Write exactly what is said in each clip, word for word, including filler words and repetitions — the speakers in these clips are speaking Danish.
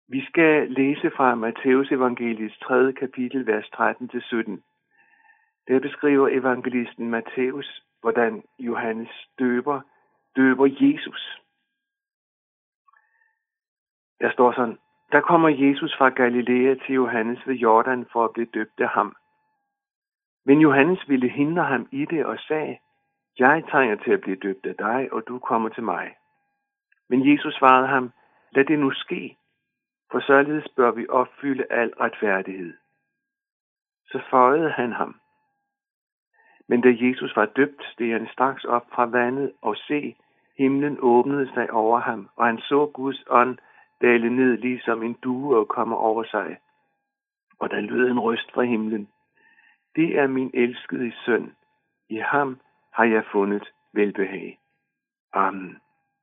Vi skal læse fra Matteus evangeliets tredje kapitel, vers tretten til sytten. Der beskriver evangelisten Matteus, hvordan Johannes døber, døber Jesus. Der står sådan: Der kommer Jesus fra Galilea til Johannes ved Jordan for at blive døbt af ham. Men Johannes ville hindre ham i det og sagde: Jeg trænger til at blive døbt af dig, og du kommer til mig. Men Jesus svarede ham: Lad det nu ske, for således bør vi opfylde al retfærdighed. Så føjede han ham. Men da Jesus var døbt, steg han straks op fra vandet, og se, himlen åbnede sig over ham, og han så Guds ånd dale ned ligesom en due og komme over sig. Og der lød en røst fra himlen: Det er min elskede søn. I ham har jeg fundet velbehag. Amen.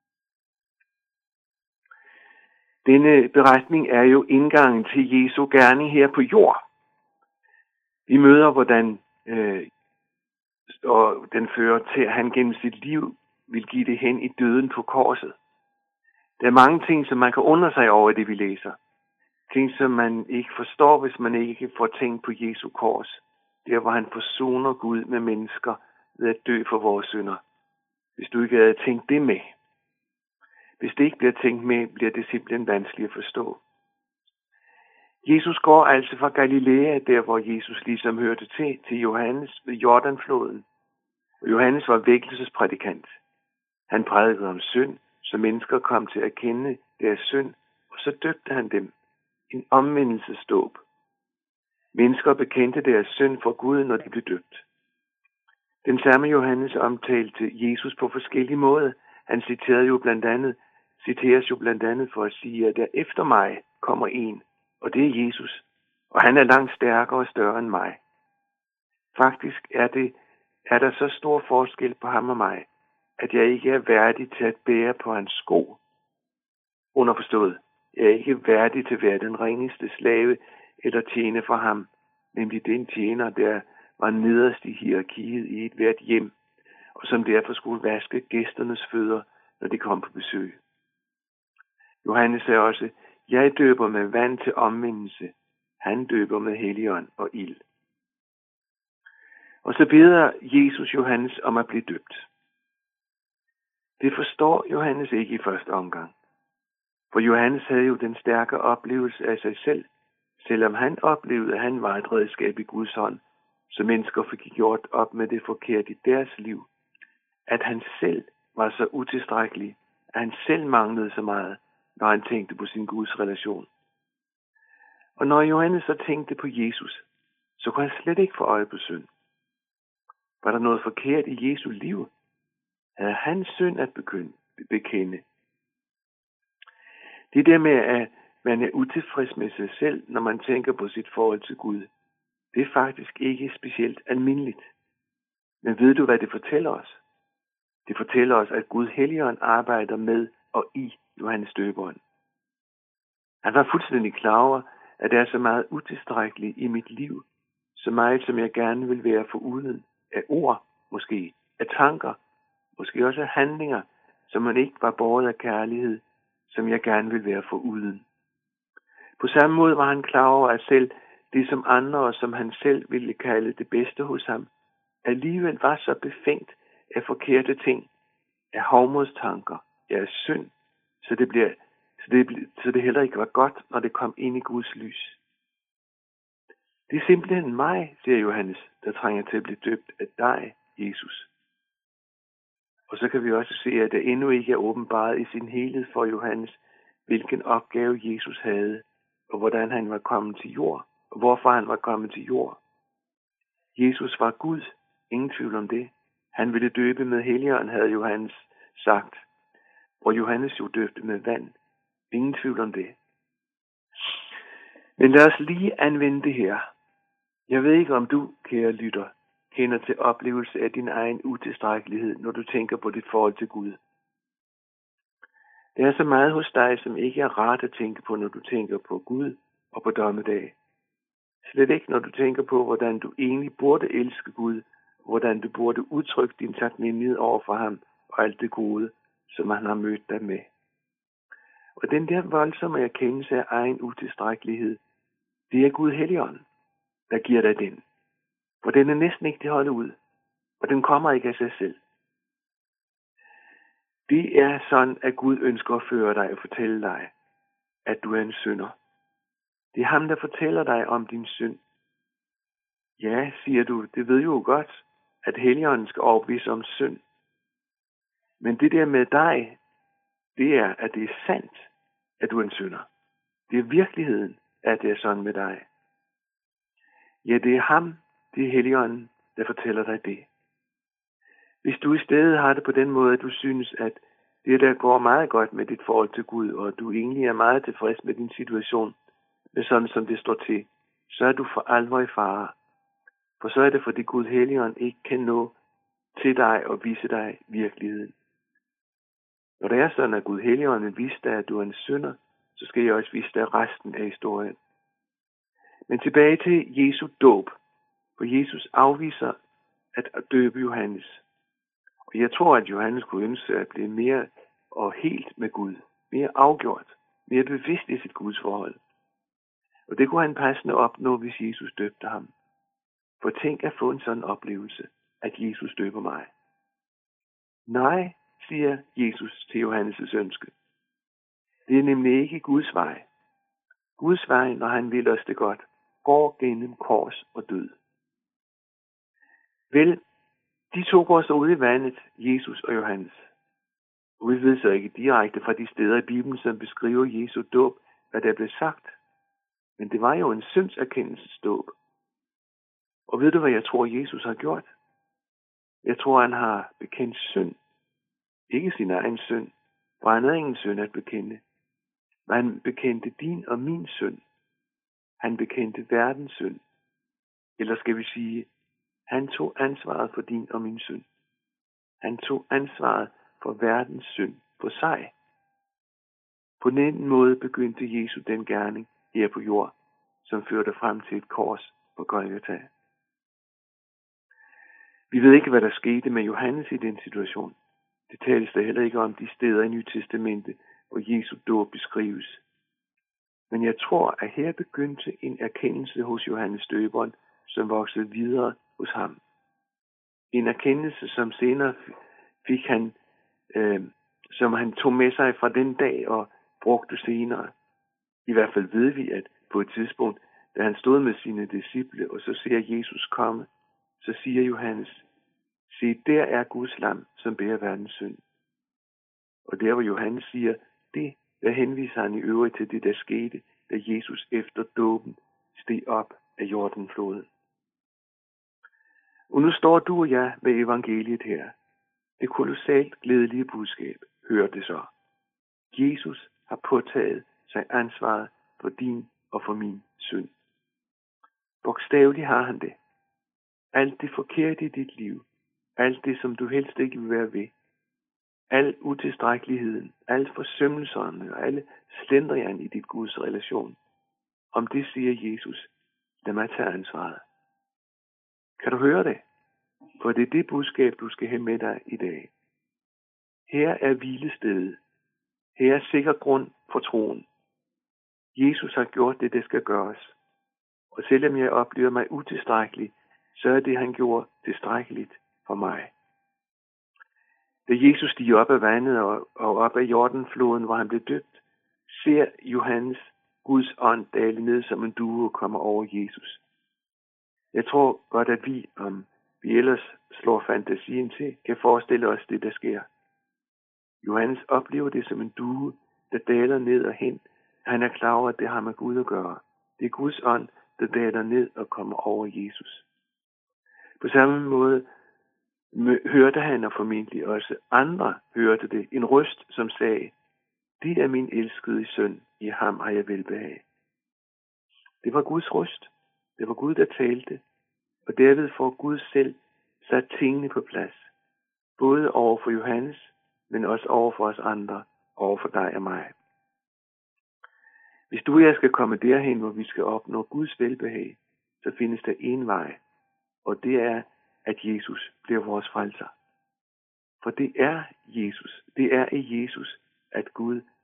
Denne beretning er jo indgangen til Jesu gerning her på jord. Vi møder, hvordan øh, og den fører til, at han gennem sit liv vil give det hen i døden på korset. Der er mange ting, som man kan undre sig over i det, vi læser. Ting, som man ikke forstår, hvis man ikke får tænkt på Jesu kors. Der, hvor han forsoner Gud med mennesker ved at dø for vores synder. Hvis du ikke havde tænkt det med. Hvis det ikke bliver tænkt med, bliver det simpelthen vanskeligt at forstå. Jesus går altså fra Galilea, der hvor Jesus ligesom hørte til, til Johannes ved Jordanfloden. Og Johannes var vækkelsesprædikant. Han prædikede om synd, så mennesker kom til at kende deres synd, og så døbte han dem. En omvendelsesdåb. Mennesker bekendte deres synd for Gud, når de blev døbt. Den samme Johannes omtalte Jesus på forskellige måder. Han citerede jo blandt andet, citeres jo blandt andet for at sige, at der efter mig kommer en, og det er Jesus, og han er langt stærkere og større end mig. Faktisk er, det, er der så stor forskel på ham og mig, at jeg ikke er værdig til at bære på hans sko. Underforstået, jeg er ikke værdig til at være den ringeste slave eller tjene for ham, nemlig den tjener, der var nederst i hierarkiet i et hvert hjem, og som derfor skulle vaske gæsternes fødder, når de kom på besøg. Johannes sagde også: Jeg døber med vand til omvendelse. Han døber med Helligånd og ild. Og så beder Jesus Johannes om at blive døbt. Det forstår Johannes ikke i første omgang. For Johannes havde jo den stærke oplevelse af sig selv, selvom han oplevede, at han var et redskab i Guds hånd, så mennesker fik gjort op med det forkerte i deres liv. At han selv var så utilstrækkelig, at han selv manglede så meget, når han tænkte på sin Guds relation. Og når Johannes så tænkte på Jesus, så kunne han slet ikke få øje på synd. Var der noget forkert i Jesu liv? Havde han synd at bekende? Det der med, at man er utilfreds med sig selv, når man tænker på sit forhold til Gud, det er faktisk ikke specielt almindeligt. Men ved du, hvad det fortæller os? Det fortæller os, at Gud Helligånd arbejder med og i Johannes Døberen. Han var fuldstændig klar over, at der er så meget utilstrækkeligt i mit liv, så meget som jeg gerne vil være foruden af ord, måske af tanker, måske også af handlinger, som man ikke var båret af kærlighed, som jeg gerne vil være foruden. På samme måde var han klar over, at selv det som andre og som han selv ville kalde det bedste hos ham, alligevel var så befængt af forkerte ting, af hovmodstanker, af synd, så det, bliver, så, det, så det heller ikke var godt, når det kom ind i Guds lys. Det er simpelthen mig, siger Johannes, der trænger til at blive døbt af dig, Jesus. Og så kan vi også se, at det endnu ikke er åbenbaret i sin helhed for Johannes, hvilken opgave Jesus havde, og hvordan han var kommet til jord, og hvorfor han var kommet til jord. Jesus var Gud, ingen tvivl om det. Han ville døbe med Helligånd, havde Johannes sagt, og Johannes jo døbte med vand. Ingen tvivl om det. Men lad os lige anvende det her. Jeg ved ikke, om du, kære lytter, kender til oplevelse af din egen utilstrækkelighed, når du tænker på dit forhold til Gud. Der er så meget hos dig, som ikke er rart at tænke på, når du tænker på Gud og på dommedag. Slet ikke, når du tænker på, hvordan du egentlig burde elske Gud, og hvordan du burde udtrykke din taknemmelighed over for ham og alt det gode, som han har mødt dig med. Og den der voldsomme erkendelse af egen utilstrækkelighed, det er Gud Helligånd, der giver dig den. For den er næsten ikke til at holde ud, og den kommer ikke af sig selv. Det er sådan, at Gud ønsker at føre dig og fortælle dig, at du er en synder. Det er ham, der fortæller dig om din synd. Ja, siger du, det ved jo godt, at Helligånden skal overbevise om synd. Men det der med dig, det er, at det er sandt, at du er en synder. Det er virkeligheden, at det er sådan med dig. Ja, det er ham, det er Helligånden, der fortæller dig det. Hvis du i stedet har det på den måde, at du synes, at det der går meget godt med dit forhold til Gud, og du egentlig er meget tilfreds med din situation, med sådan som det står til, så er du for alvor i fare. For så er det, fordi Gud Helligånd ikke kan nå til dig og vise dig virkeligheden. Når det er sådan, at Gud Helligånd vil vise dig, at du er en synder, så skal jeg også vise dig resten af historien. Men tilbage til Jesu dåb, for Jesus afviser at døbe Johannes. Og jeg tror, at Johannes kunne ønske at blive mere og helt med Gud, mere afgjort, mere bevidst i sit gudsforhold. Og det kunne han passende opnå, hvis Jesus døbte ham. For tænk at få en sådan oplevelse, at Jesus døber mig. Nej, siger Jesus til Johannes' ønske. Det er nemlig ikke Guds vej. Guds vej, når han vil os det godt, går gennem kors og død. Vel, de to går så ud i vandet, Jesus og Johannes. Og vi ved så ikke direkte fra de steder i Bibelen, som beskriver Jesu dåb, hvad der blev sagt. Men det var jo en syndserkendelsesdåb. Og ved du, hvad jeg tror, Jesus har gjort? Jeg tror, han har bekendt synd. Ikke sin egen synd, for han havde ingen synd at bekende. Men han bekendte din og min synd. Han bekendte verdens synd. Eller skal vi sige, han tog ansvaret for din og min synd. Han tog ansvaret for verdens synd på sig. På den måde begyndte Jesus den gerning her på jord, som førte frem til et kors på Golgata. Vi ved ikke, hvad der skete med Johannes i den situation. Det tales der heller ikke om de steder i Nye Testamente, hvor Jesu dåb beskrives. Men jeg tror, at her begyndte en erkendelse hos Johannes døberen, som voksede videre hos ham. En erkendelse, som senere fik han, øh, som han tog med sig fra den dag og brugte senere. I hvert fald ved vi, at på et tidspunkt, da han stod med sine disciple, og så ser Jesus komme, så siger Johannes, se, der er Guds lam, som bærer verdens synd. Og der hvor Johannes siger, det, der henviser han i øvrigt til det, der skete, da Jesus efter dåben steg op af Jordanfloden. Og nu står du og jeg med evangeliet her. Det kolossalt glædelige budskab. Hør det så. Jesus har påtaget sig ansvaret for din og for min synd. Bogstaveligt har han det. Alt det forkerte i dit liv, alt det, som du helst ikke vil være ved, al utilstrækkeligheden, al forsømmelserne og alle slendrian i dit Guds relation, om det siger Jesus, lad mig tage ansvaret. Kan du høre det? For det er det budskab, du skal have med dig i dag. Her er hvilestedet. Her er sikker grund for troen. Jesus har gjort det, der skal gøres. Og selvom jeg oplever mig utilstrækkelig, så er det, han gjorde, tilstrækkeligt for mig. Da Jesus stiger op af vandet og, og op af Jordanfloden, hvor han blev døbt, ser Johannes Guds ånd dale ned som en due og kommer over Jesus. Jeg tror godt, at vi, om vi ellers slår fantasien til, kan forestille os det, der sker. Johannes oplever det som en due, der daler ned og hen. Han er klar over, at det har med Gud at gøre. Det er Guds ånd, der daler ned og kommer over Jesus. På samme måde hørte han, og formentlig også andre hørte det, en røst, som sagde, det er min elskede søn, i ham har jeg velbehag. Det var Guds røst. Det var Gud, der talte, og derved får Gud selv sat tingene på plads. Både over for Johannes, men også over for os andre, over for dig og mig. Hvis du og jeg skal komme derhen, hvor vi skal opnå Guds velbehag, så findes der en vej, og det er, at Jesus bliver vores frelser. For det er Jesus, det er i Jesus, at Gud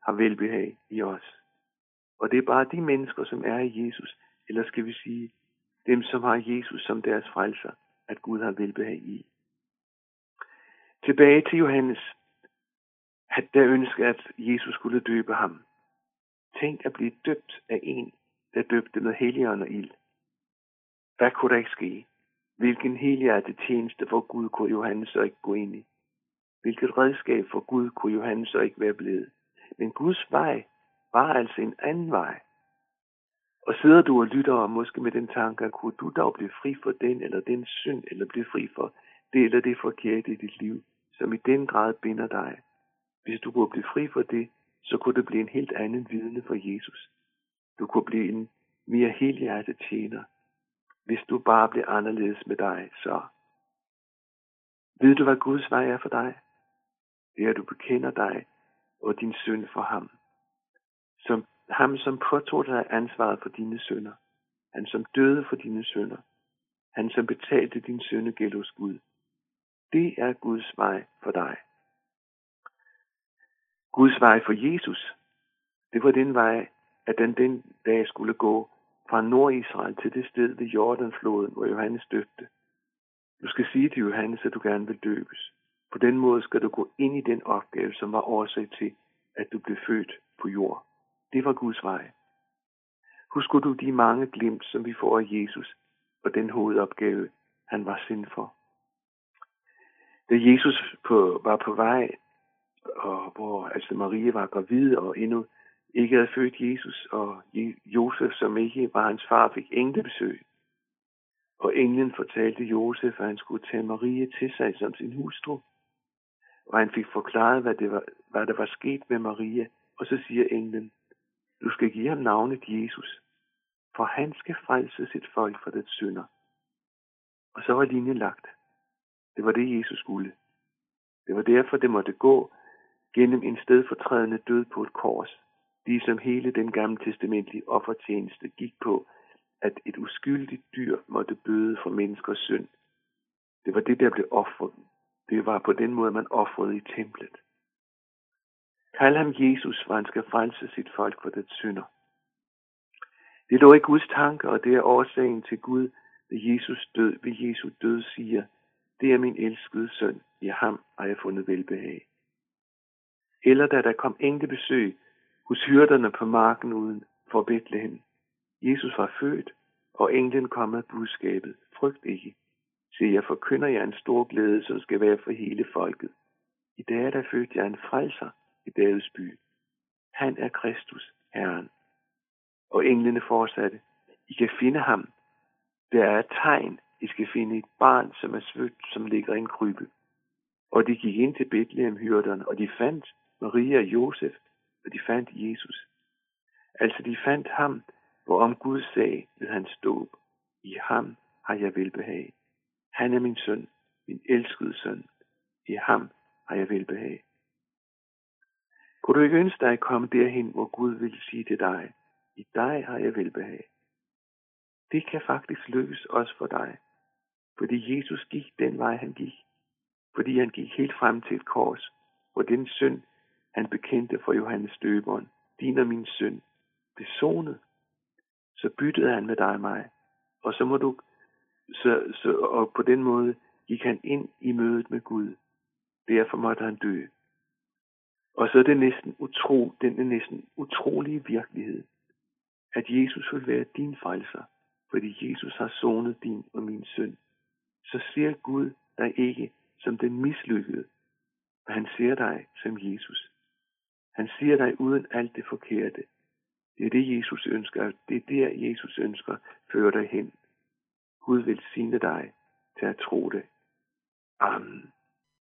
har velbehag i os. Og det er bare de mennesker, som er i Jesus, eller skal vi sige, dem som har Jesus som deres frelser, at Gud har velbehag i. Tilbage til Johannes, at der ønskede, at Jesus skulle døbe ham. Tænk at blive døbt af en, der døbte med helligånd og ild. Hvad kunne der ikke ske? Hvilken helhjertet tjeneste for Gud kunne Johannes så ikke gå ind i? Hvilket redskab for Gud kunne Johannes så ikke være blevet? Men Guds vej var altså en anden vej. Og sidder du og lytter og måske med den tanke, kunne du dog blive fri for den eller den synd, eller blive fri for det eller det forkerte i dit liv, som i den grad binder dig. Hvis du kunne blive fri for det, så kunne det blive en helt anden vidne for Jesus. Du kunne blive en mere helhjertet tjener. Hvis du bare bliver anderledes med dig, så ved du, hvad Guds vej er for dig? Det er, at du bekender dig og din synd for ham. Som ham, som påtog dig ansvaret for dine synder. Han, som døde for dine synder. Han, som betalte din syndegæld hos Gud. Det er Guds vej for dig. Guds vej for Jesus, det var den vej, at den den dag skulle gå fra Nordisrael til det sted ved Jordanfloden, hvor Johannes døbte. Du skal sige til Johannes, at du gerne vil døbes. På den måde skal du gå ind i den opgave, som var årsag til, at du blev født på jord. Det var Guds vej. Husker du de mange glimt, som vi får af Jesus, og den hovedopgave, han var sind for? Da Jesus på, var på vej, og hvor altså Maria var gravid og endnu ikke havde født Jesus, og Josef, som ikke var hans far, fik englebesøg. Og englen fortalte Josef, at han skulle tage Maria til sig som sin hustru. Og han fik forklaret, hvad, det var, hvad der var sket med Maria. Og så siger englen, du skal give ham navnet Jesus, for han skal frelse sit folk fra dets synder. Og så var linjen lagt. Det var det, Jesus skulle. Det var derfor, det måtte gå gennem en stedfortrædende død på et kors, ligesom hele den gamle testamentlige offertjeneste gik på, at et uskyldigt dyr måtte bøde for menneskers synd. Det var det, der blev offret. Det var på den måde, man offrede i templet. Kald ham Jesus, for han skal frelse sit folk for dets synder. Det lå i Guds tanke, og det er årsagen til Gud, ved Jesus død, ved Jesu død siger, det er min elskede søn, i ham har jeg fundet velbehag. Eller da der kom englebesøg hos hyrderne på marken uden for Bethlehem. Jesus var født, og englen kom med budskabet, frygt ikke. Se, jeg forkynder jer en stor glæde, som skal være for hele folket. I dag er der født jer en frelser i Davids by. Han er Kristus, Herren. Og englene fortsatte, I kan finde ham. Der er et tegn, I skal finde et barn, som er svøbt, som ligger i en krybbe. Og de gik ind til Bethlehem hyrderne, og de fandt Maria og Josef, og de fandt Jesus. Altså de fandt ham, hvorom Gud sagde ved hans dåb, i ham har jeg velbehag. Han er min søn, min elskede søn. I ham har jeg velbehag. Kunne du ikke ønske dig at komme derhen, hvor Gud vil sige til dig, i dig har jeg velbehag. Det kan faktisk lykkes også for dig, fordi Jesus gik den vej, han gik. Fordi han gik helt frem til et kors, hvor den synd, han bekendte for Johannes døberen, din og min synd, blev sonet. Så byttede han med dig og mig, og så må du, så, så, og på den måde gik han ind i mødet med Gud. Derfor måtte han dø. Og så er det næsten, utro, den er næsten utrolige virkelighed, at Jesus vil være din frelser, fordi Jesus har sonet din og min synd. Så ser Gud dig ikke som den mislykkede, men han ser dig som Jesus. Han ser dig uden alt det forkerte. Det er det, Jesus ønsker. Det er der, Jesus ønsker føre dig hen. Gud vil signe dig til at tro det. Amen.